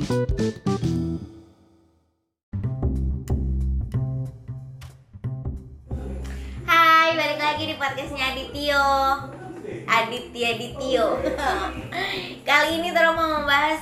Hai, balik lagi di podcastnya Aditya Ditio. Kali ini Toro mau membahas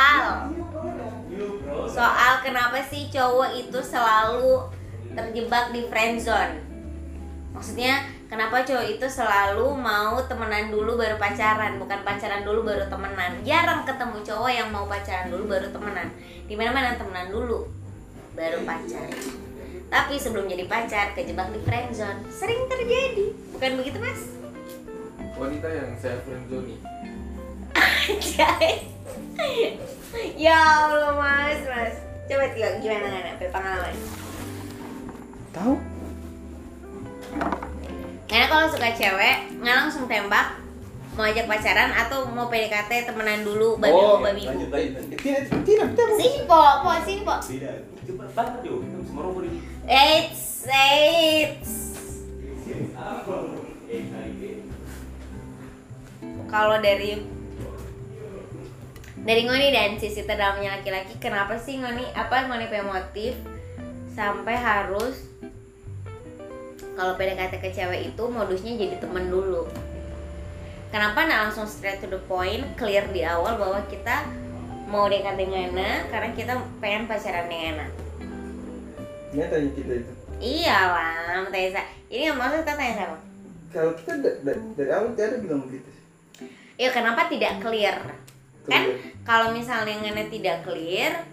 soal kenapa sih cowok itu selalu terjebak di friendzone. Maksudnya kenapa cowok itu selalu mau temenan dulu baru pacaran, bukan pacaran dulu baru temenan. Jarang ketemu cowok yang mau pacaran dulu baru temenan. Dimana-mana temenan dulu baru pacaran. Tapi sebelum jadi pacar kejebak di friendzone. Sering terjadi, bukan begitu Mas? Wanita yang saya friendzone. Anjay. Ya Allah Mas. Coba Tio, gimana apa pengalaman? Tahu? Karena kalau suka cewek nggak langsung tembak, mau ajak pacaran atau mau PDKT temenan dulu babi. Tidak. Sini po. Tidak, cepat banget yuk, kita bisa merokok ini. Eits. Kalau dari Ngoni dan sisi terdalamnya laki-laki, kenapa sih Ngoni punya motif sampai harus kalau PDKT ke cewek itu modusnya jadi temen dulu? Kenapa nggak langsung straight to the point, clear di awal bahwa kita mau dekat dengan Ana karena kita pengen pacaran dengan Ana? Ini tanya kita itu. Iyalah, Tessa. Ini yang maksud kita tanya siapa? Kalau kita dari awal tidak ada bilang begitu sih. Ya kenapa tidak clear? Kan kalau misalnya Ngana tidak clear,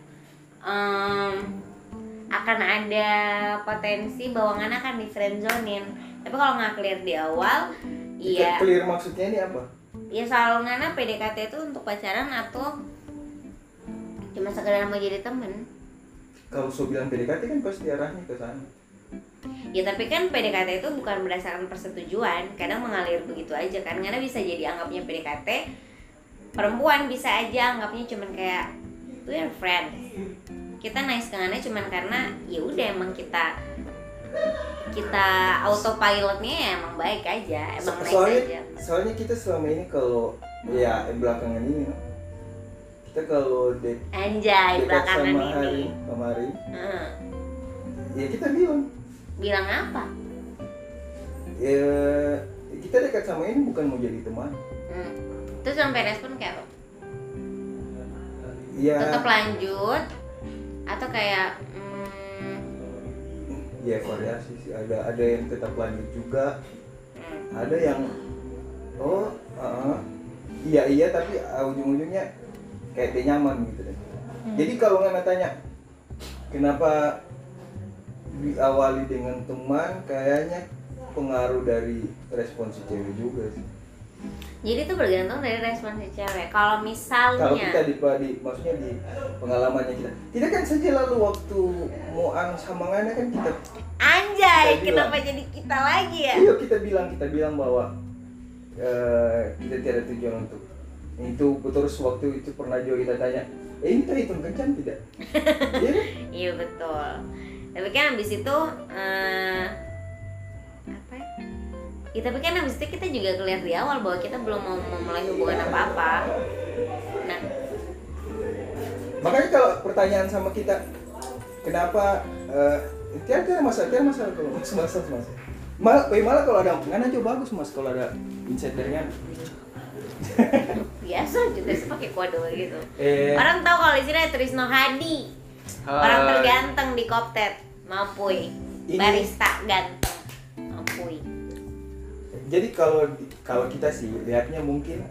akan ada potensi bahwa Ngana akan di friendzonin. Tapi kalau nggak clear di awal, iya. Clear maksudnya ini apa? Ya soal Ngana PDKT itu untuk pacaran atau cuma sekedar mau jadi temen? Kalau so bilang PDKT kan pasti arahnya ke sana. Ya tapi kan PDKT itu bukan berdasarkan persetujuan, kadang mengalir begitu aja kan. Karena bisa jadi anggapnya PDKT, perempuan bisa aja anggapnya cuman kayak we're friends. Kita nice dengan dia cuman karena ya udah emang kita autopilotnya ya emang baik aja, emang nice aja. Soalnya kita selama ini kalau ya belakangan ini kita kalau anjay belakangan ini kemarin ya kita bilang apa? Ya kita dekat sama ini bukan mau jadi teman. Terus sampai respon kayak apa? Ya tetap lanjut atau kayak ya variasi sih, ada yang tetap lanjut juga, ada yang iya tapi ujung-ujungnya kayak dia nyaman gitu deh. Jadi kalau nggak tanya kenapa diawali dengan teman, kayaknya pengaruh dari respon si cewek juga sih. Jadi itu bergantung dari respon si cewek. Kalau misalnya kalau kita maksudnya di pengalamannya kita kan saja lalu waktu muan sama Ngana kan kita kenapa jadi kita lagi ya? Iya kita bilang bahwa kita tidak ada tujuan untuk itu. Terus waktu itu pernah juga kita tanya, ini kita hitung kencan tidak? Iya kan? Iya betul. Tapi kan abis itu tapi kan abis itu kita juga clear di awal bahwa kita belum mau memulai hubungan apa-apa. Nah, makanya kalau pertanyaan sama kita, kenapa tiada masalah kalau mas. Malah kalau ada Ngana aja bagus mas kalau ada insight dari Ngana. Biasa juga sih pakai kode gitu. Orang tahu kalau di sini ada Trisno Hadi. Orang terganteng di Koptet, Mampuy. Barista ganteng, Mampuy. Jadi kalau kita sih lihatnya mungkin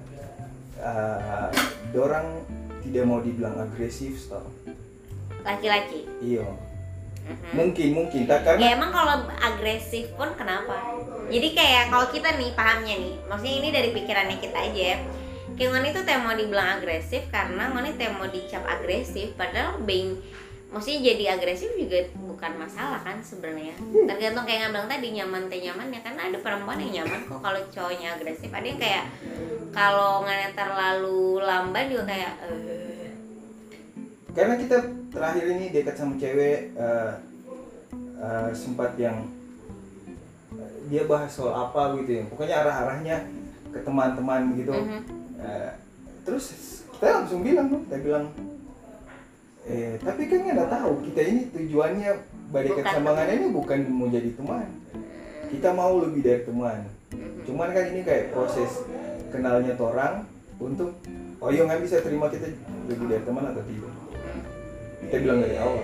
dorang tidak mau dibilang agresif tau. Laki-laki. Iya. Mungkin karena ya emang kalau agresif pun kenapa? Jadi kayak kalau kita nih pahamnya nih, maksudnya ini dari pikirannya kita aja ya. Kayak Ngoni tuh mau dibilang agresif karena Ngoni mau dicap agresif, padahal maksudnya jadi agresif juga bukan masalah kan sebenarnya. Tergantung kayak nggak bilang tadi nyaman ya, karena ada perempuan yang nyaman kok kalau cowoknya agresif. Ada yang kayak kalau nggak terlalu lamban juga kayak karena kita terakhir ini dekat sama cewek sempat yang dia bahas soal apa gitu ya, pokoknya arah-arahnya ke teman-teman gitu. Terus kita langsung bilang Tapi kan nggak tahu kita ini tujuannya balik Bukan sama teman. Ngana ini bukan mau jadi teman. Kita mau lebih dari teman. Cuman kan ini kayak proses kenalnya orang untuk nggak bisa terima kita lebih dari teman atau tidak. Kita bilang dari awal.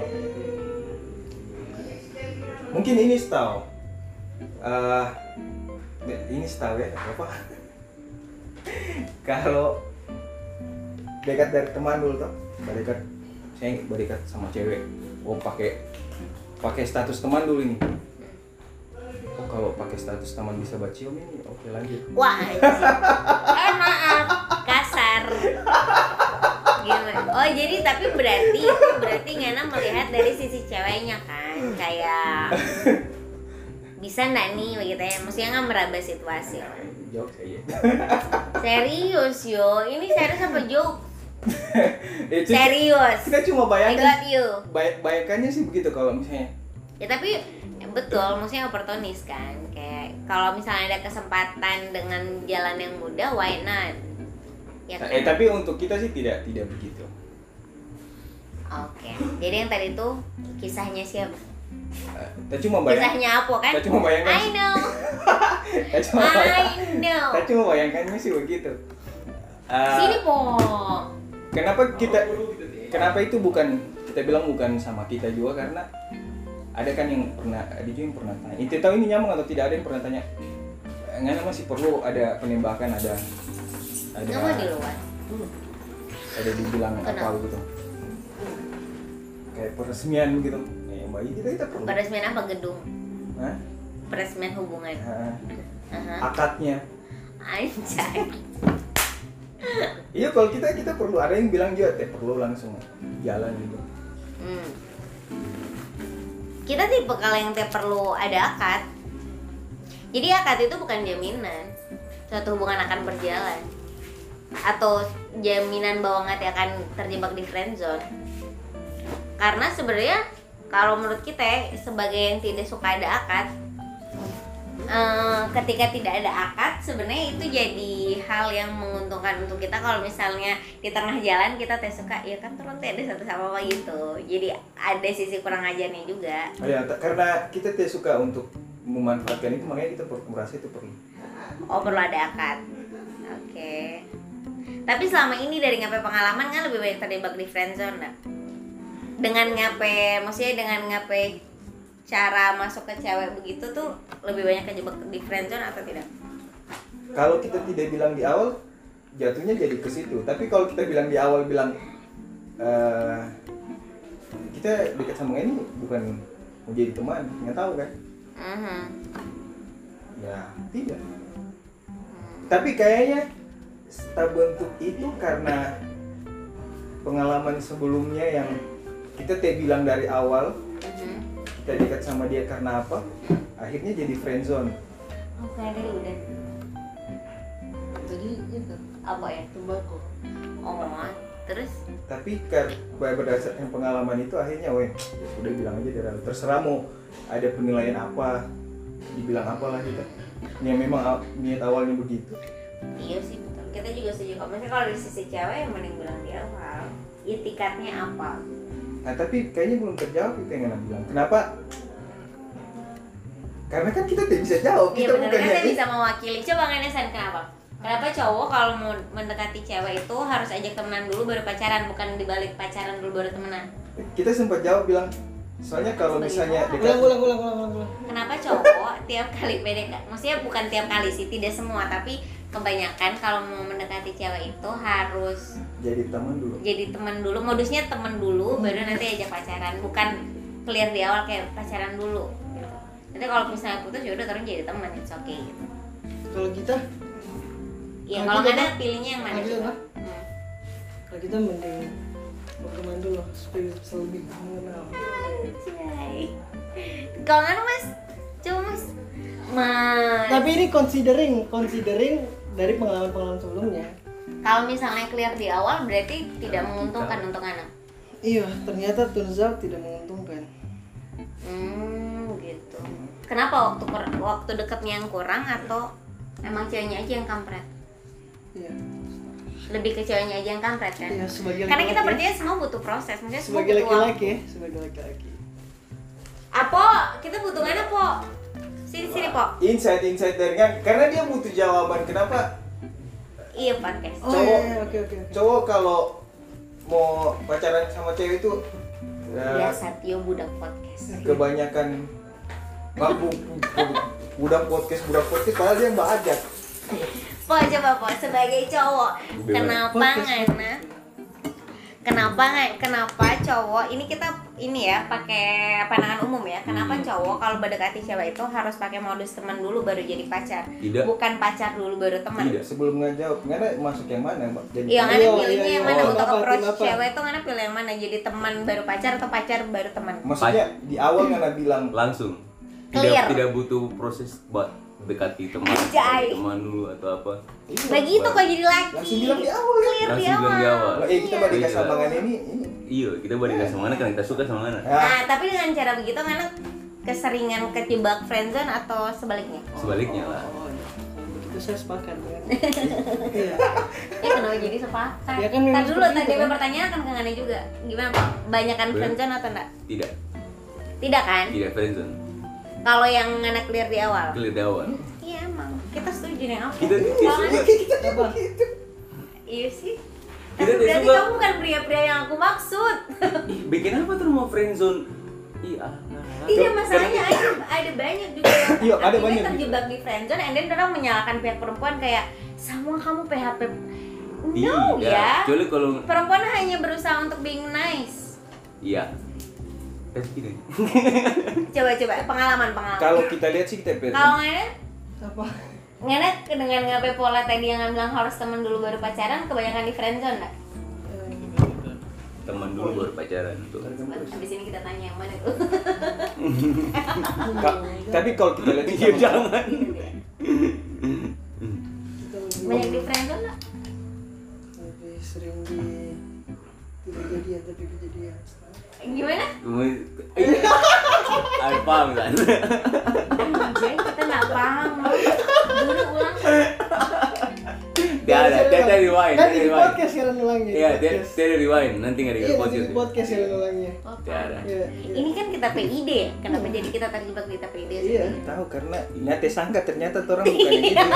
Mungkin ini style. Ini style ya apa? Kalau dekat dari teman dulu tuh, saya berikat sama cewek. Pakai status teman dulu ini. Kalau pakai status teman bisa cium ini, oke lanjut. Wah, anjing. Maaf, kasar. Gimana? Oh, jadi tapi berarti Ngana melihat dari sisi ceweknya kan, kayak bisa nggak nih begitu ya? Maksudnya nggak meraba situasi. Jawab saya. Serius yo, ini serius apa joke? Itu Serius. kita cuma I bayangkan. got you. Bayangkannya sih begitu kalau misalnya. Ya tapi betul, maksudnya oportunis kan. Kayak kalau misalnya ada kesempatan dengan jalan yang mudah, why not? Ya kan? Tapi untuk kita sih tidak begitu. Oke. Jadi yang tadi tuh kisahnya siapa? Kita cuma bayangkan. Kisahnya apa kan? Kita cuma bayangkan. I know. Kita cuma know. Kita cuma bayangkannya sih begitu. Sini po. Kenapa itu bukan kita bilang bukan sama kita juga karena ada kan yang pernah tanya. Itu tahu ini nyambung atau tidak, ada yang pernah tanya. Ngana masih perlu ada penembakan, ada Nggak mau di luar. ada dibilang Kenapa? apa gitu. Kayak peresmian gitu. Mbak kita perlu. Peresmian apa gedung? Hah? Peresmian hubungan. Aha. Akadnya. Anjay. Iya kalau kita perlu, ada yang bilang juga perlu langsung jalan gitu. Kita tipe kalau yang perlu ada akad. Jadi akad itu bukan jaminan suatu hubungan akan berjalan atau jaminan bahwa nggak akan terjebak di friendzone. Karena sebenarnya kalau menurut kita sebagai yang tidak suka ada akad, ketika tidak ada akad sebenarnya itu jadi hal yang menguntungkan untuk kita. Kalau misalnya di tengah jalan kita suka, ya kan turun ada satu sama apa gitu, jadi ada sisi kurang ajarnya juga. Karena kita tidak suka untuk memanfaatkan itu, makanya kita merasa itu perlu. Perlu ada akad. Oke. Tapi selama ini dari ngapain pengalaman kan lebih banyak terjebak di friendzone nggak? Dengan ngapain cara masuk ke cewek begitu tuh lebih banyak kejebak di friendzone atau tidak? Kalau kita tidak bilang di awal, jatuhnya jadi ke situ. Tapi kalau kita bilang di awal kita dekat sama ini bukan mau jadi teman, nggak tahu kan? Ya tidak. Tapi kayaknya terbentuk itu karena pengalaman sebelumnya yang kita bilang dari awal. Kita dekat sama dia karena apa? Akhirnya jadi friendzone. Oke, tadi udah. Jadi itu Apa ya? tembakau. Terus? Tapi berdasarkan pengalaman itu akhirnya, udah bilang aja dari awal. Terserah mau ada penilaian apa, dibilang apalah kita. Yang memang niat awalnya begitu. Iya sih betul. Kita juga setuju. Maksudnya kalau dari sisi cewek yang mending bilang di awal. Itikatnya apa? Nah tapi kayaknya belum terjawab itu yang Ngana bilang. Kenapa? Karena kan kita tidak bisa jawab. Iya Kita benar, bukan kan yang saya bisa mewakili. Coba Ngenesan kenapa? Kenapa cowok kalau mau mendekati cewek itu harus ajak temenan dulu baru pacaran, bukan dibalik pacaran dulu baru temenan? Kita sempat jawab bilang, soalnya kalau misalnya dekat. Ulang. Kenapa cowok tiap kali PDKT, maksudnya bukan tiap kali sih, tidak semua, tapi kebanyakan kalau mau mendekati cewek itu harus Jadi teman dulu. Modusnya temen dulu baru nanti ajak pacaran, bukan clear di awal kayak pacaran dulu gitu. Nanti kalau misalnya putus ya udah terus jadi teman, it's okay gitu. Kalau kita Iya, Kalau kalau kita nggak ada mah- pilihnya yang mana kalau kita coba? mah- kalau kita mending berteman dulu supaya bisa lebih mengenal. Anjay. Kalau nggak mas, coba mas. Mas. Tapi ini considering dari pengalaman sebelumnya. Kalau misalnya clear di awal berarti tidak menguntungkan untuk anak. Iya, ternyata turns out tidak menguntungkan. Gitu. Kenapa waktu deketnya yang kurang atau emang ceweknya aja yang kampret? Iya. lebih ke ceweknya aja yang kampret kan. Iya, sebagai Karena kita laki-laki. percaya semua butuh proses, maksudnya semua Sebagai butuh waktu. laki-laki ya, sebagai laki-laki. Apo, kita butuh mana po? Sini po. Insight dari Ngan, karena dia butuh jawaban kenapa Iya podcast. Oh Cowok. iya, oke. cowok kalau mau pacaran sama cewek itu Ya ya, Satyo budak podcast. kebanyakan budak podcast padahal dia mbak ajak. Po coba po sebagai cowok, kenapa Podcast. ngana? Kenapa cowok ini kita ini ya pakai pandangan umum ya. Kenapa cowok kalau mendekati cewek itu harus pakai modus teman dulu baru jadi pacar? Tidak. Bukan pacar dulu baru teman. Tidak. Sebelum ngajawab, ngana masuk yang mana mbak? Jadi Iya, ngana Iya, pilihnya iya, yang iya. mana Oh, untuk kenapa, approach kenapa? cewek tuh ngana pilih yang mana? Jadi teman baru pacar atau pacar baru teman? maksudnya di awal ngana bilang Langsung. Clear. Tidak butuh proses buat dekati teman, Anjay. teman dulu atau apa. Begitu kok jadi laki. langsung bilang di awal ya. Clear di Langsung bilang di awal. awal. Kita balik ke Iya. sambangan ini. Iya, kita balik ke sama mana karena kita suka sama mana. Ya, Nah, tapi dengan cara begitu ngana keseringan kejebak friendzone atau sebaliknya? Sebaliknya lah. Oh iya. Kalau begitu saya sepakat dengan. Iya. Kenapa jadi sepakat? Ya kan memang Ntar dulu, seperti tadi itu, ada kan? pertanyaan kan ke Ngana juga. Gimana Pak? Banyakan Bener. friendzone atau enggak? Tidak. Tidak kan? Tidak friendzone. Kalau yang Ngana clear di awal. Clear di awal. Iya emang. Kita setuju nih apa? Kita Kalau suka. Ngana- Apa? Iya sih. Kita Tapi berarti suka. kamu bukan pria-pria yang aku maksud. Ih, bikin apa tuh mau friendzone? Iya. Tidak, masalahnya ada banyak juga yang Iya, ada akhirnya banyak. terjebak di friendzone and then orang menyalahkan pihak perempuan kayak semua kamu PHP. No Tidak. ya. Kecuali kalau Perempuan hanya berusaha untuk being nice. iya. Tapi tidak. Coba pengalaman. kalau kita lihat sih kita Kalau Ngana Apa? Ngana dengan ngapain pola tadi yang bilang harus temen dulu baru pacaran, kebanyakan di friendzone nggak? Teman dulu baru pacaran tuh. Habis ini kita tanya yang mana tuh? tapi kalau kita lihat sih Iya, sama- jangan. Kita lebih- Banyak di friendzone nggak? lebih sering di tidak jadian tapi kejadian. Gimana? Aku paham kan? Jadi kita nggak paham. Dulu ulang. Dia rewind, Nanti di dia rewind. podcast kalian ulangnya. Iya, di dia podcast. dia rewind. Nanti nggak Iya, dikasih nanti di podcast. podcast kalian ulangnya. Oh, Tiada. Iya. Ini kan kita PID ya? Kenapa jadi kita terjebak di kita PID? Iya. tahu karena nyate sangka ternyata tuh orang bukan yang gitu.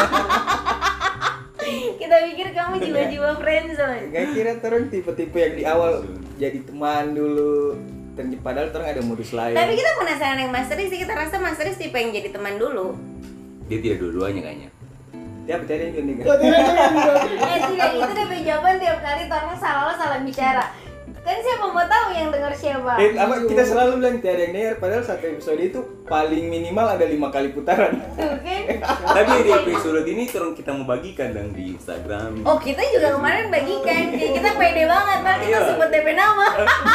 Kita pikir kamu jiwa-jiwa friendzone. Gak kira tuh orang tipe-tipe yang di awal jadi teman dulu. Padahal tuh orang ada modus lain. Tapi kita penasaran yang Mas Riz sih, kita rasa Mas Riz tipe yang jadi teman dulu. Dia tidak dua-duanya kayaknya. Tiap cari ini Oh, kan. Tidak, itu udah jawaban tiap kali orang salah bicara. Kan siapa mau tahu yang denger siapa? Apa kita selalu bilang tiada yang denger padahal satu episode itu paling minimal ada 5 kali putaran. Oke. Tapi di episode ini terus kita mau bagikan dan di Instagram. Oh, kita juga kemarin bagikan. Kayak kita pede banget, padahal kita Iya. sebut DP nama.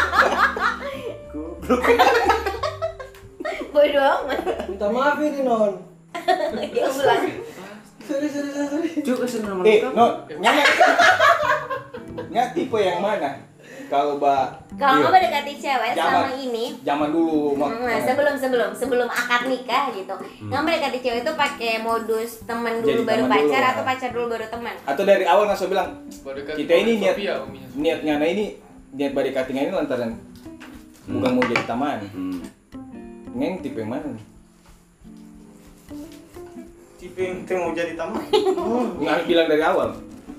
Bodoh amat. Minta maaf ini non. Ya ulang. Sorry. Coba kasih nama Eh, lengkap. no, nggak tipe yang mana? Kalau Kalau Iya. kamu dekati cewek Zaman. selama ini, zaman dulu nah, sebelum akad nikah gitu, kamu dekati cewek itu pakai modus temen dulu Jadi baru teman pacar dulu, atau nah. pacar dulu baru teman? atau dari awal langsung bilang kita ini ya, niatnya niat body cutting ini lantaran bukan mau jadi teman. Neng tipe yang mana nih? Tipe yang mau jadi taman? Nggak bilang dari awal.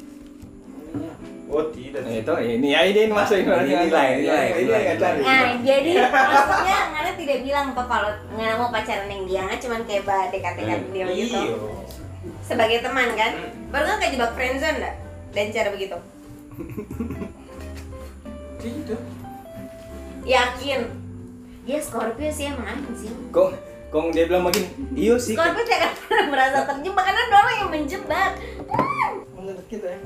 Oh tidak. Nah, itu ini masuk Ini nilai. Ini nggak cari. Nah, jadi maksudnya Ngana tidak bilang kok kalau Ngana mau pacaran yang dia, nggak cuman kayak dekat-dekat dia gitu. Iya. Sebagai teman kan, baru nggak kejebak friendzone nggak? Dan cara begitu? Tidak. Yakin? Ya Scorpio sih emang anjing. Kok dia bilang begini? Iya sih. Scorpio tidak akan pernah merasa terjebak karena ada orang yang menjebak. Menurut kita ya.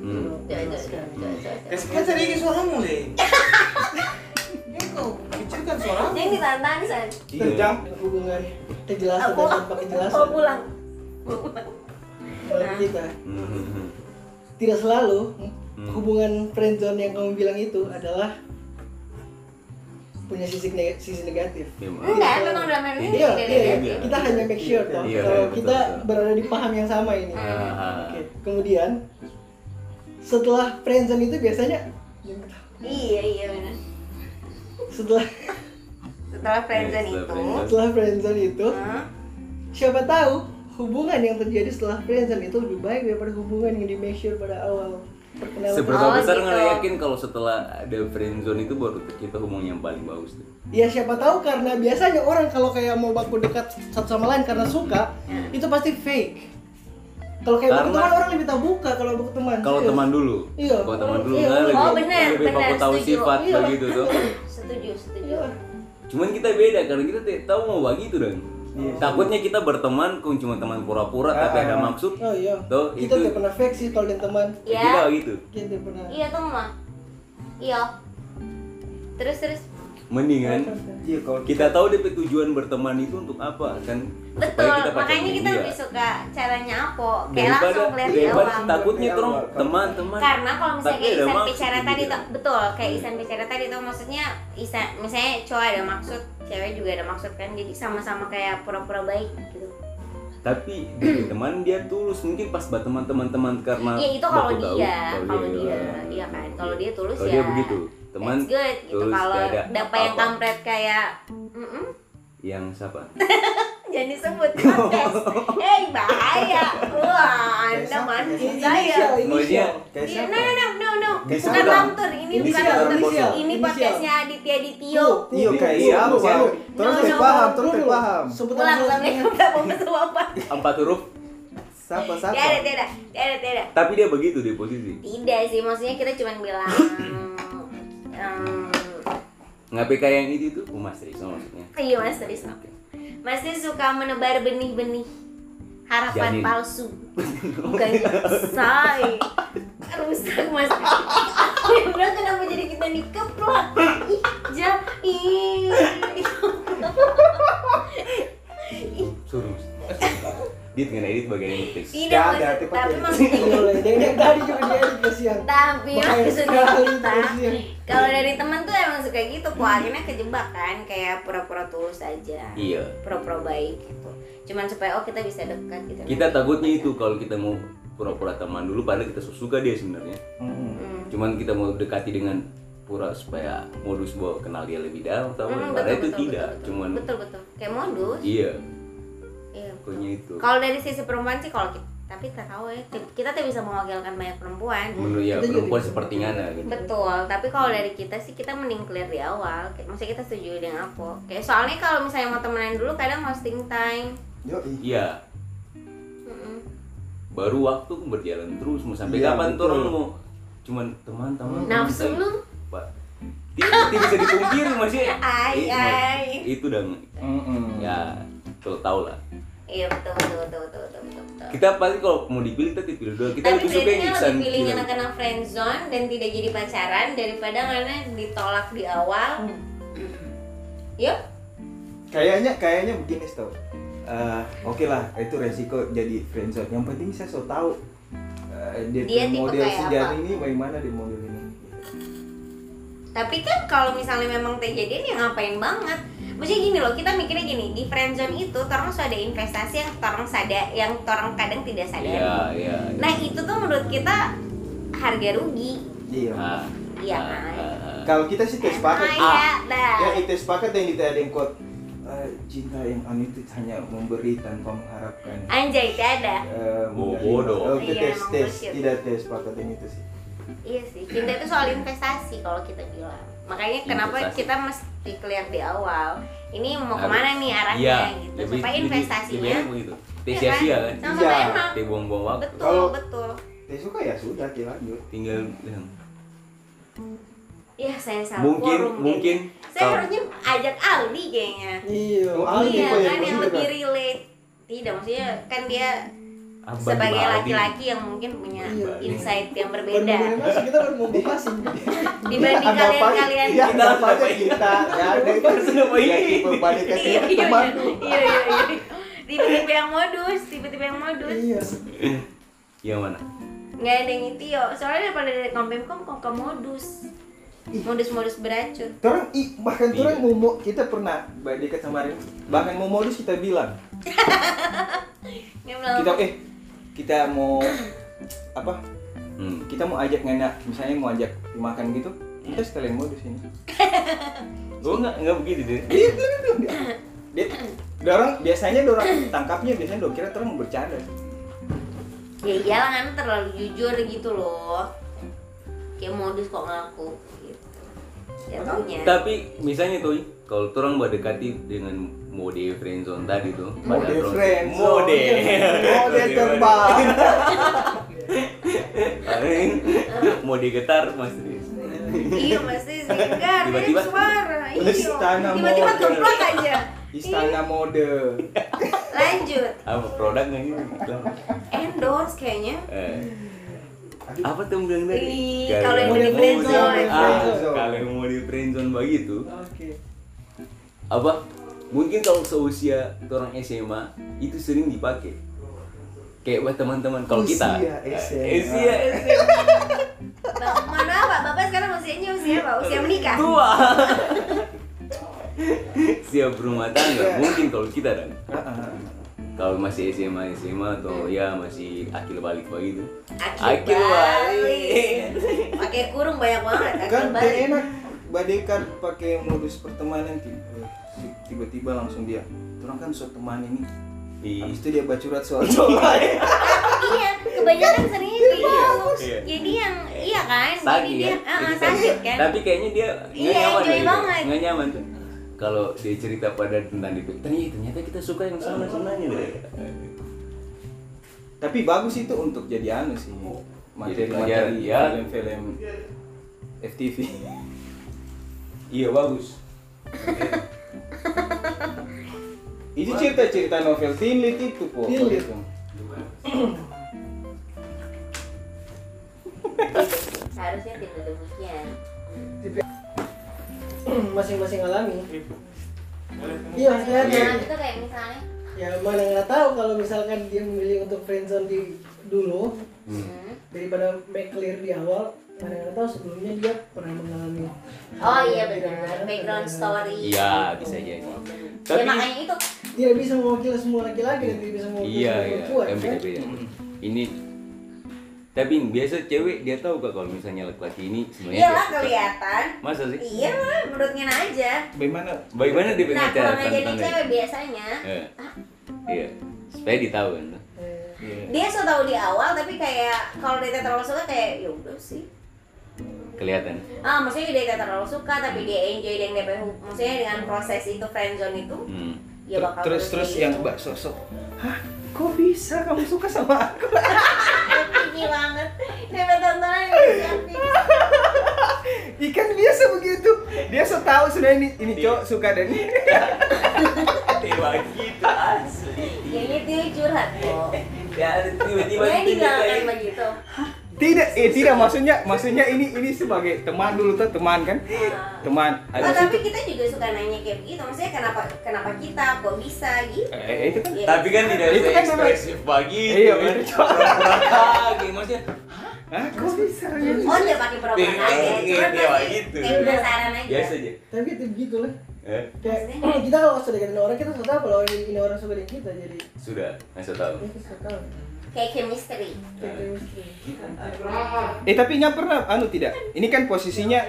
Kasihkan sedikit suaramu le. Ya kau kecilkan suaramu. Yang ditantang San. Terjang. Hubungan kejelasan dan tanpa kejelasan. Mau pulang. Menurut kita tidak selalu hubungan friendzone yang kamu bilang itu adalah punya sisi negatif. Enggak, memang dalam hal ini Iya, tidak iya, negatif. kita hanya make sure toh Iya, kalau betul, kita betul. berada di paham yang sama ini. Ah. Oke, kemudian setelah friendzone itu biasanya Iya benar. setelah Friendzone Setelah itu. friendzone. setelah friendzone itu Hah? siapa tahu hubungan yang terjadi setelah friendzone itu lebih baik daripada hubungan yang di measure pada awal perkenalan. Seberapa Oh, besar gitu. nggak yakin kalau setelah ada friendzone itu baru kita hubungan yang paling bagus tuh. Ya siapa tahu karena biasanya orang kalau kayak mau baku dekat satu sama lain karena suka itu pasti fake. Kalau kayak baku Karena- teman orang lebih terbuka kalau baku teman. Kalau serius. teman dulu. Iya. Kalau teman dulu Iya. kan lebih, Oh, benar, lebih benar, fokus tahu setuju. sifat Iya. begitu tuh. Setuju. Iya. Cuman kita beda karena kita tahu mau begitu dan Iya. takutnya kita berteman kok cuma teman pura-pura tapi ada maksud. Oh iya. Tuh, Kita itu- tidak pernah fake sih kalau dengan teman. Iya. Kita gitu. Kita tidak pernah. Iya tuh mah. Iya. Terus. Mendingan Iya kalau kita tahu DP tujuan berteman itu untuk apa kan? Betul. Supaya kita Makanya pacaran kita dia. lebih suka caranya apa? Kayak Daripada langsung kelihatan di awal. takutnya Dari terus awal. teman-teman. Karena kalau misalnya Tapi kayak ada Isan maksud bicara gitu tadi kan. tuh, betul kayak Isan bicara tadi tuh maksudnya Isan misalnya cowok ada maksud, cewek juga ada maksud kan, jadi sama-sama kayak pura-pura baik gitu. Tapi dari teman dia tulus mungkin pas buat teman-teman karena Iya itu kalau baku tahu. dia, iya kan, kalau dia tulus Kalau ya. dia begitu, teman that's good gitu. tulus, Kalau gak ada dapat yang apa-apa. kampret kayak Yang siapa? jangan disebut podcast. Bahaya. Wah, Anda mancing saya. Maksudnya kayak Iya, siapa? no. Bisa Bukan dong. Lamtur, ini bukan Inisial, Lamtur. inisial, Ini inisial. podcastnya Aditya Ditio. Iya kayak Tuh, siapa? tuh, Terus No, saya no. paham, terus saya paham. Sebutan Ulang, selanjutnya. berapa masuk apa? 4 huruf. Siapa? Tidak. Tapi dia begitu di posisi. Tidak sih, maksudnya kita cuma bilang Ngapain kayak yang itu tuh? Mas Trisno maksudnya. iya Mas Trisno. Mas Trisno suka menebar benih-benih harapan Janin. palsu. Bukan say. Rusak Mas. Aku bilang kenapa jadi kita dikeplak? Ih. Suruh. Dia tinggal edit bagian ini fix. Tidak Gak ada, maksud, tapi tapi pakai. maksudnya Mulai dari yang tadi juga dia edit kasihan. tapi Bahaya maksudnya sekali kita kasihan. kalau dari teman tuh emang suka gitu kok, akhirnya kejebak kan kayak pura-pura tulus aja, Iya. pura-pura baik gitu, cuman supaya kita bisa dekat gitu. Kita takutnya itu kalau kita mau pura-pura teman dulu padahal kita suka dia sebenarnya. Cuman kita mau dekati dengan pura supaya modus bawa kenal dia lebih dalam tahu padahal itu tidak, cuman betul kayak modus. iya, Iya. pokoknya itu. Kalau dari sisi perempuan sih kalau kita, tapi tak tahu ya, kita tuh bisa mewakilkan banyak perempuan. Menurut ya Kita juga perempuan bisa. seperti ngana gitu. Betul, tapi kalau dari kita sih kita mending clear di awal. Kayak maksudnya kita setuju dengan apa. Kayak soalnya kalau misalnya mau temenan dulu kadang wasting time. Iya, Mm-mm. baru waktu berjalan terus mau sampai Iya, kapan tuh betul. orang mau cuman teman-teman. Nafsu lu? Pak. Tidak bisa dipungkiri masih. Ai. Itu dan ya kalau tahu lah. Iya betul. Kita pasti kalau mau dipilih kita pilih dua. Kita Tapi lebih suka yang bedanya Iksan. lebih pilih Iya. anak-anak friendzone dan tidak jadi pacaran daripada karena ditolak di awal. Yuk. Kayaknya begini tau. Oke lah, itu resiko jadi friendzone. Yang penting saya so tahu dia Dia tipe model kayak sejati apa? ini bagaimana dia model ini. Tapi kan kalau misalnya memang terjadian ya ngapain banget. Maksudnya gini loh, kita mikirnya gini, di friendzone itu orang sudah ada investasi yang orang sadar, yang orang kadang tidak sadari. Iya. Nah itu tuh menurut kita harga rugi. Iya. Ah, Iya ah, kan? ah, ah. Kalau kita sih sepakat. Iya, dah. Ya itu sepakat yang tidak ada yang quote cinta yang anu itu hanya memberi tanpa mengharapkan. Anjay, tidak ada. Bodoh. Itu Iya, tes emang tes bullshit. tidak tes sepakat yang itu sih. Iya sih, cinta itu soal investasi kalau kita bilang. Makanya kenapa Investasi. kita mesti clear di awal. Ini mau Harus. kemana nih arahnya Iya, gitu. lebih- Supaya lebih- investasinya lebih enak begitu. Teh iya sia-sia kan. Sama-sama Iya. enak. Teh buang-buang waktu. Betul, Kalau- betul. Tes suka ya sudah kita lanjut. Tinggal Iya, saya salah Mungkin- forum mungkin kayaknya. Saya kalau- harusnya ajak Aldi kayaknya. Iya. Oh, Aldi Iya Aldi kok kan yang gitu lebih kan? relate. Tidak, maksudnya kan dia Abang sebagai Aldi. laki-laki yang mungkin punya Iya. insight yang Baru berbeda mulai masuk kita baru mau masing. dibanding Anggap aja- kalian-kalian. Iya, Kita anggap aja apa ini? kita. Ya ada itu Kenapa ya ini? tipe balik ke Iya, iya, teman. iya. Tipe-tipe yang modus, tipe-tipe yang modus. Iya. Yang mana? Nggak ada yang itu yo. Soalnya daripada dari kompem-kom kok ke modus. Modus-modus beracun. Orang bahkan Iya. orang mau kita pernah dekat sama Rin, bahkan mau modus kita bilang Nggak bilang kita kita mau apa Kita mau ajak ngana, misalnya mau ajak makan gitu, kita sekalian modus ini. Oh enggak begitu deh. Iya, belum dia. Dorang tangkapnya biasanya kira orang mau bercanda. Ya iyalah kan terlalu jujur gitu loh. Kayak modus kok ngaku gitu. Ya taunya. Tapi misalnya tuh kalau orang berdekati dengan mode friendzone tadi tuh, Mode friendzone. mode terbang. paling mode getar Mas Riz. Iya pasti sih enggak ada Tiba-tiba- suara. Iya. Istana Tiba-tiba mode. keplak aja. Istana mode. Lanjut. Apa produknya ini? Endorse kayaknya. Apa tuh bilang tadi? Ih, kalau yang di friendzone. Kalau yang mau di friendzone begitu, Oke. apa? Mungkin kalau seusia orang SMA itu sering dipakai. Kayak buat teman-teman kalau kita. SMA. Mana Pak? Bapak sekarang usianya usia apa? Usia menikah. Tua. Siap berumah tangga. Mungkin kalau kita kan. Kalau masih SMA atau ya masih akil balik begitu. Akil balik. Pakai kurung banyak banget. Akil Kan balik. enak badekan pakai modus pertemanan tiba-tiba langsung dia. Orang kan so teman ini. Habis itu dia bacurat soal lain. Iya, kebanyakan sering kayak gitu. Iya. Jadi yang iya kan? Jadi Sakit dia kan? Itu sakit kan? Tapi kayaknya dia Iya, nggak nyaman. enjoy gitu. banget. Nggak nyaman tuh. Kalau dia cerita pada tentang itu, ternyata kita suka yang sama sebenarnya deh. Tapi bagus itu untuk jadi anu sih. Materi-materi ya. film-film FTV. Iya bagus. Itu cerita-cerita novel teen lit itu po. Teen lit. Harusnya tidak demikian. Masing-masing alami. Iya, maksudnya Nah, itu kayak misalnya ya mana nggak tahu kalau misalkan dia memilih untuk friendzone di dulu daripada make clear di awal, mana nggak tahu sebelumnya dia pernah mengalami. oh iya benar, background story. Iya bisa jadi. Ya Tapi makanya itu Tidak bisa mewakili semua laki-laki dan tidak bisa mewakili iya semua iya perempuan. yang Kan? beda-beda. Ini tapi biasa cewek dia tahu kak kalau misalnya laki-laki ini sebenarnya iyalah dia- kelihatan. Masa sih? Iya lah, menurutnya aja. Bagaimana? Bagaimana dia Nah, pengen kalau cara nggak jadi tanda-tanda? cewek biasanya Iya. Supaya ditahu kan. dia so tahu di awal tapi kayak kalau dia terlalu suka kayak ya udah sih. Kelihatan. Maksudnya dia terlalu suka tapi dia enjoy dengan DP maksudnya dengan proses itu friendzone itu ya bakal Terus kayak yang gitu. mbak sosok, hah kok bisa kamu suka sama aku? Tinggi banget. DP tontonan yang Ikan biasa begitu. Dia so tahu sudah ini cowok suka dan ini. Tiba gitu asli. kayaknya dia curhat kok. Ya tiba-tiba Dia dibilangkan begitu. Tidak maksudnya ini sebagai teman dulu tuh teman kan? Teman. Tapi kita juga suka nanya kayak begitu. Maksudnya kenapa kita kok bisa gitu? Itu kan. Ya, Tapi kan tidak Itu bisa kan memang- ekspresif begitu. Iya, kan. itu. Pura-pura maksudnya. Hah kok bisa? Oh dia pakai pura-pura aja. Cuma Iya, pasti gitu. kayak penasaran aja. Biasa aja. Tapi itu begitu lah. Kayak Maksudnya? kita kalau sudah deketin orang kita sudah tahu kalau ini orang suka dengan kita jadi Sudah, saya tahu. ya kita sudah tahu. Kayak chemistry. Kayak chemistry. Tapi nggak pernah tidak. Ini kan posisinya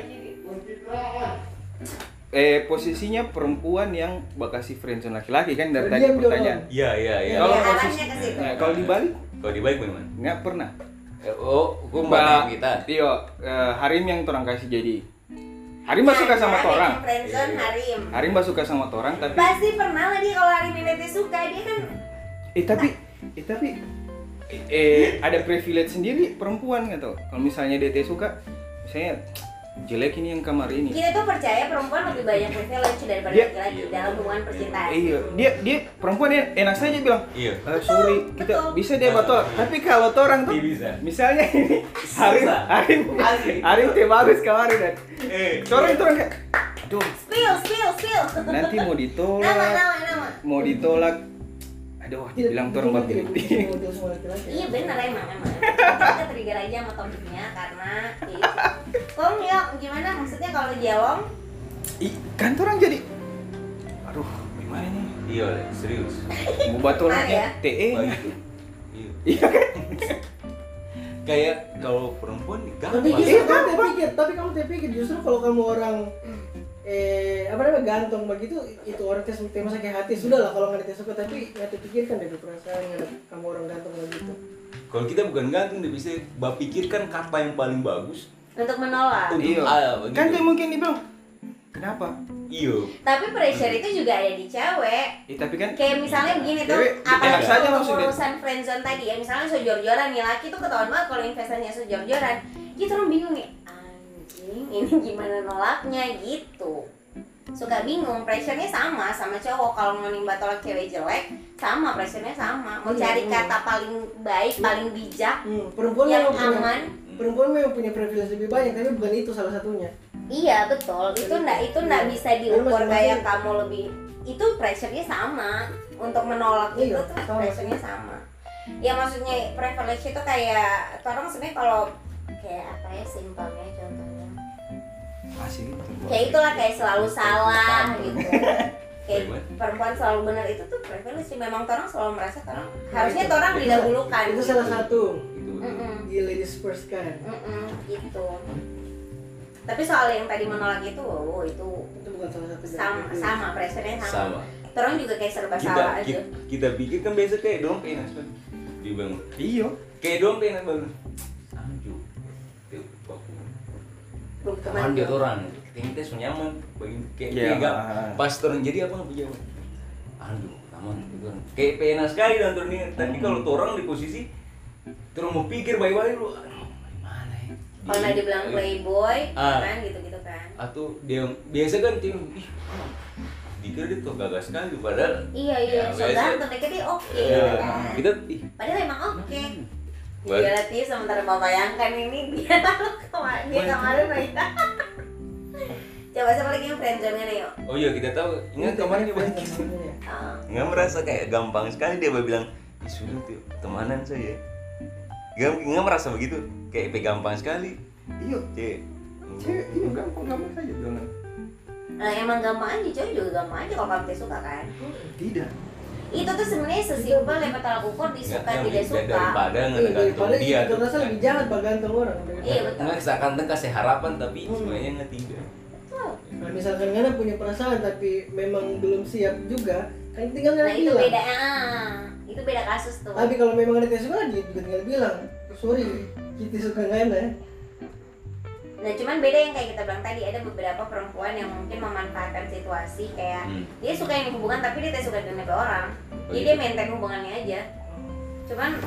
posisinya perempuan yang bakasi friendzone laki-laki kan dari tadi Diam dong. pertanyaan. Iya, iya, iya. Kalau Ya, posisi- arahnya ke situ. Nah, kalau dibalik Kalau dibalik bagaimana? nggak pernah. Aku Mbak mbak kita. Tio, Harim yang orang kasih jadi. Harim mbak suka sama Ada orang. yang friendzone Harim. Harim mbak suka sama orang tapi Pasti pernah lah dia kalau Harim ini suka dia kan. tapi ada privilege sendiri perempuan nggak tau. Kalau misalnya dia suka, misalnya jelek ini yang kamar ini. Kita tuh percaya perempuan lebih banyak privilege daripada Dia- laki-laki dalam hubungan percintaan. Iya, dia perempuan enak saja bilang. Iya. Sorry, kita betul. bisa dia batol. Tapi kalau orang tuh Iya, bisa. misalnya ini Susah. Asli. Harim teh bagus kemarin dan. Orang kayak, aduh, Spill. nanti mau ditolak, Nama. mau ditolak. Aduh, bilang tuh orang Tidak babi. bisa mewakili semua laki-laki. Iya bener emang. Kita trigger aja sama topiknya karena ya itu. Tolong ya gimana maksudnya kalau dialog Kan tuh orang jadi, aduh, gimana nih? Iya, serius. Mau batolaknya Benar ya? TE. Begitu. Iya. Iya kan? kayak kalau perempuan nih Tapi gampang. kamu terpikir justru kalau kamu orang apa namanya gantung begitu itu orang tes masa kayak hati sudah lah kalau nggak suka tapi nggak terpikirkan dari perasaan kamu orang gantung begitu. Kalau kita bukan gantung, dia bisa pikirkan kata yang paling bagus untuk menolak. untuk begitu. Kan kayak mungkin dia bilang kenapa? Iyo. Tapi pressure itu juga ada di cewek. Tapi kan Kayak misalnya begini tuh, Cewek enak apalagi saja untuk maksudnya. urusan friendzone tadi ya, misalnya sejor-joran nih laki tuh ketahuan banget kalau investasinya sejor-joran. Gitu orang bingung nih, anjing ini gimana nolaknya gitu. Suka bingung, pressure-nya sama cowok. Kalau mau nimba tolak cewek jelek, sama pressure-nya sama. Mau cari kata paling baik, paling bijak, Perempuan yang memang punya, aman. perempuan memang punya privilege lebih banyak tapi bukan itu salah satunya. Iya betul, itu ndak bisa diukur kayak kamu lebih, itu pressure-nya sama untuk menolak itu Iya, tuh sama. pressure-nya sama. Ya maksudnya privilege itu kayak orang sebenarnya kalau kayak apa ya simpelnya contohnya. masih gitu. Kayak itulah kayak selalu salah gitu. Kayak Bagaimana? perempuan selalu benar itu tuh privilege. Memang orang selalu merasa orang harusnya orang didahulukan. Itu gitu. salah satu Itu. di ladies first kan. Gitu. Tapi soal yang tadi menolak itu, itu Itu bukan salah satu. sama pressure-nya sama. Sama. Orang juga kayak serba salah aja. Kita pikir kan biasa kayak dong penas kan. Dia bilang, Iya. kayak dong penas banget. Anjuk. Tuh, baku. Belum Kapan dia orang? Kita so nyaman. Bagi kayak Iya, enggak. ah. Pas turun jadi apa nggak punya? Aduh, aman itu orang. Kayak penas sekali dan turun ini. Tapi kalau orang di posisi terus mau pikir baik-baik lu. Aduh, gimana ya? kalau nggak dibilang playboy, Ah. kan gitu-gitu kan. Atau dia biasa kan tim dikira dia tuh gagas sekali padahal Iya, Ya, so biasa. ganteng, mereka dia oke ya, gitu kan. kita Padahal emang oke. Baik. Iya latih sementara mau bayangkan ini dia lalu kemarin lagi. Coba siapa lagi yang friendzone nih yuk. oh iya kita tahu ingat kemarin dia banyak nggak merasa kayak gampang sekali dia bilang sudah tuh temanan saja nggak merasa begitu kayak gampang sekali Iya. cek Iya gampang saja bilang. Emang gampang aja, cowok juga gampang aja kalau kamu suka kan. Tidak. Itu tuh sebenarnya sesimpel dapat tolak ukur disuka tidak suka. daripada Iya, ngegantung daripada dia itu rasa lebih jahat pak gantung orang. Iya betul. nggak seakan-akan kasih harapan tapi sebenarnya nggak tidak Nah, misalkan Ngana punya perasaan tapi memang belum siap juga, kan tinggal Nah Ngana itu bilang. beda, itu beda kasus tuh. Tapi kalau memang Ngana tidak suka, dia juga tinggal bilang, sorry, kita suka Ngana. Nah cuman beda yang kayak kita bilang tadi, ada beberapa perempuan yang mungkin memanfaatkan situasi kayak dia suka yang hubungan tapi dia tidak suka dengan orang, jadi dia maintain hubungannya aja. Cuman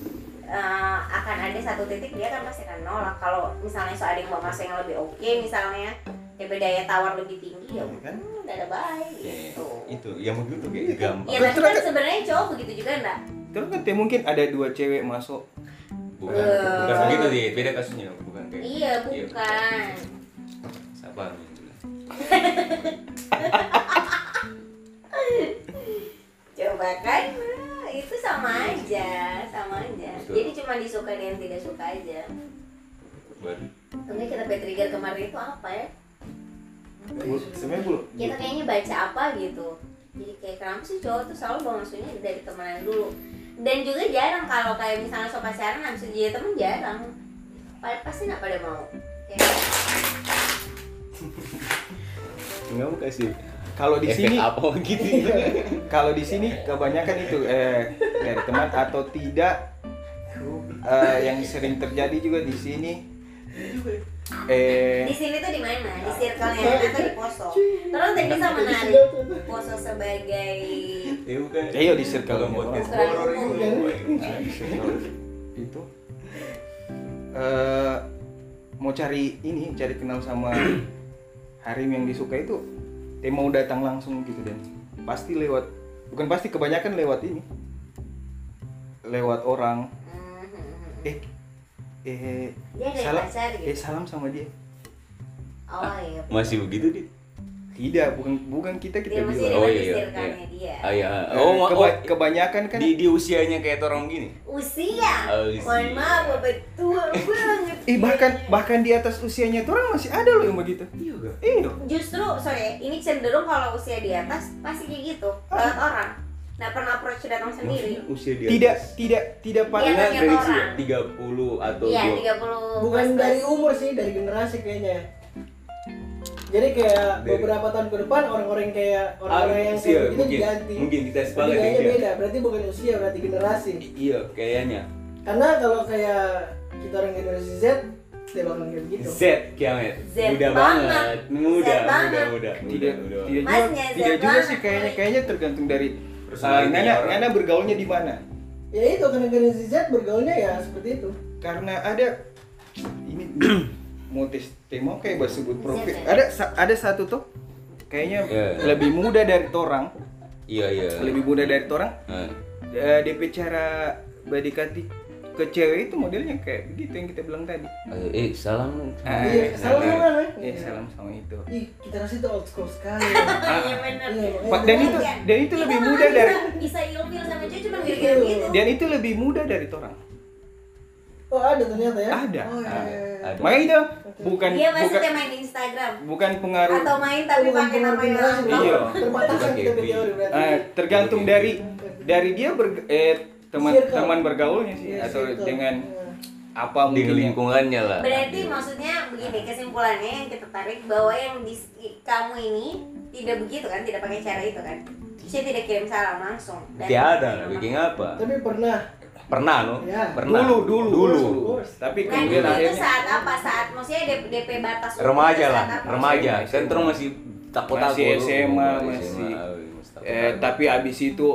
akan ada satu titik dia kan pasti akan nolak kalau misalnya ada yang mau masuk yang lebih oke misalnya, tapi daya tawar lebih tinggi ya Kan? udah ada baik Ya, gitu. itu yang begitu kayak gampang Ya tapi kan sebenarnya cowok begitu juga enggak? Terus kan mungkin ada dua cewek masuk. bukan begitu sih beda kasusnya bukan kayak Iya bukan. siapa yang bilang Coba kan itu sama aja. Betul. Jadi cuma disuka dan tidak suka aja. baru Tunggu kita trigger kemarin itu apa ya? Sebenarnya belum. Kita kayaknya baca apa gitu. Jadi kayak kenapa sih cowok tuh selalu bawa maksudnya dari temenan dulu. Dan juga jarang kalau kayak misalnya so pacaran habis itu jadi temen jarang. Pasti nggak pada mau. Kayak nggak mau kasih Kalau di efek sini, apa gitu kalau di sini kebanyakan itu dari teman atau tidak yang sering terjadi juga di sini. di sini tuh di mana? Di circle-nya atau di poso? Terus tadi bisa menarik poso sebagai bukan Iya di circle bukan podcast orang. horor itu itu mau cari kenal sama Harim yang disuka itu, dia mau datang langsung gitu dan pasti kebanyakan lewat ini, lewat orang. dia ada Salam, pacar gitu. salam sama dia. Oh iya. masih begitu dia Tidak, bukan kita Dia masih bilang. Oh, di iya, iya. circle-nya dia. iya Kebanyakan kan di usianya kayak orang gini Usia. Usia. Mohon maaf, Bapak tua banget. bahkan di atas usianya tuh orang masih ada loh yang begitu. juga Iya. Justru, sorry, ini cenderung kalau usia di atas pasti kayak gitu, lewat orang. nggak pernah approach datang sendiri. Usia dia Tidak paling Iya, prediksi orang. 30 atau Iya, 20. 30 Bukan plus. dari umur sih, dari generasi kayaknya. Jadi kayak beberapa tahun ke depan orang-orang kayak orang-orang yang kayak begitu diganti. Mungkin kita Tapi sepakat kayaknya ya. beda, berarti bukan usia, berarti generasi. Iya, kayaknya. Karena kalau kayak kita orang generasi Z, dia bakal kayak begitu. Z kiamet. Z Muda banget. banget. Muda. Tidak Masnya juga Z sih banget. kayaknya tergantung dari Personality orang. Ngana bergaulnya di mana. Ya itu, karena generasi Z bergaulnya ya seperti itu. Karena ada ini mau mau kayak bahas sebut profil. Z. Ada satu tuh kayaknya Iya. lebih muda dari torang. Iya. Lebih muda dari torang. Nah, DP cara berdekati ke cewek itu modelnya kayak begitu yang kita bilang tadi. salam. Iya, salam sama nih. Salam sama itu. Ih, kita rasa itu old school sekali. Iya benar. Iya, Dan itu lebih muda dari bisa ilfil sama cewek cuma gara-gara gitu. dan itu lebih muda dari torang. Oh, ada ternyata ya? Ada. Oh, iya. Ada. Makanya itu bukan Dia maksudnya main di Instagram pengaruh atau main tapi Bukan pakai nama yang generasi, lama. Iya. Terbatasan kita berteori berarti. tergantung dari dia teman bergaulnya sih Iya, atau circle. dengan apa Di mungkin yang- lingkungannya lah. Berarti maksudnya begini, kesimpulannya yang kita tarik bahwa yang di kamu ini tidak begitu kan, tidak pakai cara itu kan. Saya tidak kirim salam langsung. Dan Tiada, bikin apa? Tapi pernah. Pernah no? Ya. Pernah. dulu. Tapi Nah, kemudian dulu itu akhirnya saat apa? Saat maksudnya DP batas umur Remaja itu lah, saat apa? remaja. Kan terus masih takut-takut. Masih SMA, masih. Tapi abis itu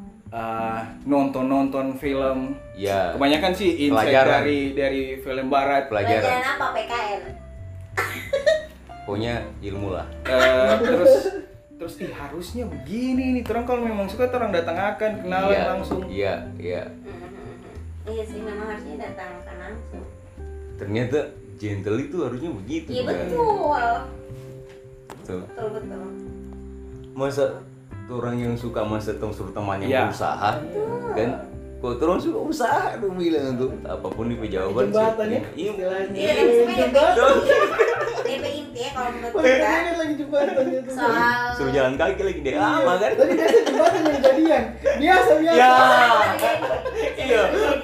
nonton film. Ya. Kebanyakan sih insight Pelajaran. dari film barat. Pelajaran Pelajaran. apa? PKN. Pokoknya ilmu lah. Terus harusnya begini nih. Terang kalau memang suka orang datang akan kenalan langsung. Iya. Iya sih, memang harusnya datang kan langsung. Ternyata gentle itu harusnya begitu. Iya kan? betul. Betul. Betul. Masa tuh orang yang suka masa suruh temannya Iya. berusaha kan? Kok terus suka usaha tuh bilang tuh apapun di jawaban Jembatan ya, Iya. istilahnya. Iya, tapi sebenarnya Jembatan. DP inti ya kalau menurut Paling kita ingat lagi jembatan itu. soal Suruh jalan kaki lagi deh ama kan? Tapi biasa jembatan yang jadian. Biasa. Ya. Iya.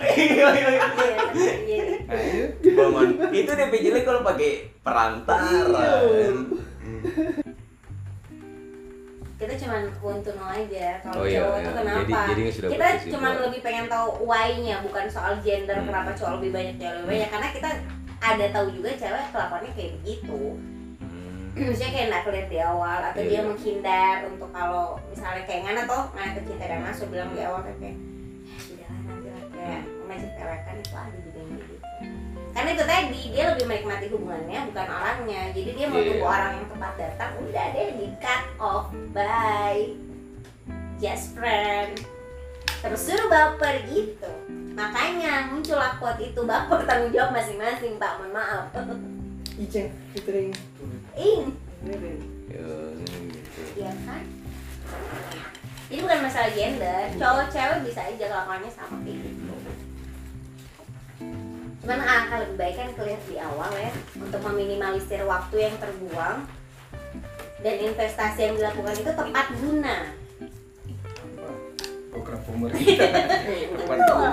Baman. Itu DP jelek kalau pakai perantara. Kita cuman want to know aja kalau Oh iya, cowok iya. tuh kenapa. Jadi sudah Kita berkesimpulan. cuman lebih pengen tahu why-nya, bukan soal gender kenapa cowok lebih banyak cewek lebih banyak, karena kita ada tahu juga cewek kelakuannya kayak begitu. Maksudnya kayak nggak clear di awal atau Iya, dia iya. menghindar untuk kalau misalnya kayak Ngana kecinta dan masuk bilang di awal kayak sudah lah nanti lah kayak ngajak telekan itu ada juga yang gitu. Karena itu tadi dia lebih menikmati hubungannya bukan orangnya, jadi dia mau Iya. tunggu orang yang tepat datang udah deh di cut off, bye, just friend, terus suruh baper gitu. Makanya muncullah quote itu, baper tanggung jawab masing-masing pak, mohon maaf. Iceng, Fitri. Ing, Ya, gitu. iya kan? Ini bukan masalah gender, cowok cewek bisa aja kelakuannya sama kayak gitu. Cuman akan lebih baik kan kelihatan di awal ya, untuk meminimalisir waktu yang terbuang dan investasi yang dilakukan itu tepat guna. Program pemerintah. Betul.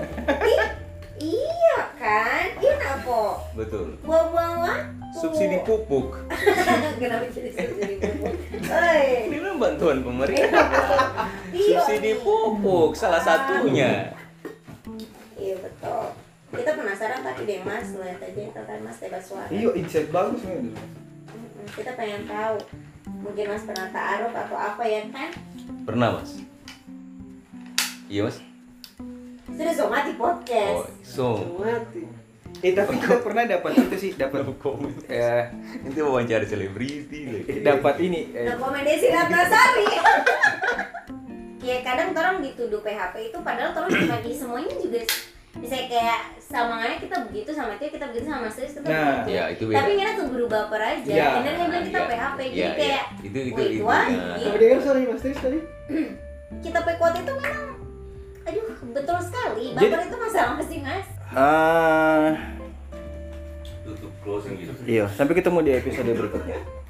Iya kan? Iya apa? Betul. Buang-buang waktu. Subsidi pupuk. Kenapa jadi subsidi pupuk? Oi. Ini kan bantuan pemerintah. Subsidi pupuk salah satunya. Iya betul. Kita penasaran tapi deh mas, lihat aja itu kan mas Tebas Suara. Iya, insight bagus nih. Kita pengen tahu. Mungkin mas pernah ta'aruf atau apa ya kan? Pernah mas? Iya mas? Sudah somati podcast. Oh, so. Mati. Tapi kita pernah dapat itu sih, dapat komen. eh, Nanti wawancara selebriti lagi. dapat ini Rekomendasi Ratnasari. Ya kadang orang dituduh PHP itu padahal orang cuma di semuanya juga bisa kayak sama Ngana kita begitu, sama Tio kita begitu, sama Sis kita Nah, begitu. ya, itu beda. Tapi Ngana keburu baper aja. Ya, Benernya bilang kita ya, PHP jadi ya, kayak itu wait, itu. what? ya. Gitu. Tapi dengar suara Mas Tris tadi? Kita kuat itu memang aduh betul sekali. Baper itu masalah masing-masing. Tutup closing gitu. iya, sampai ketemu di episode berikutnya.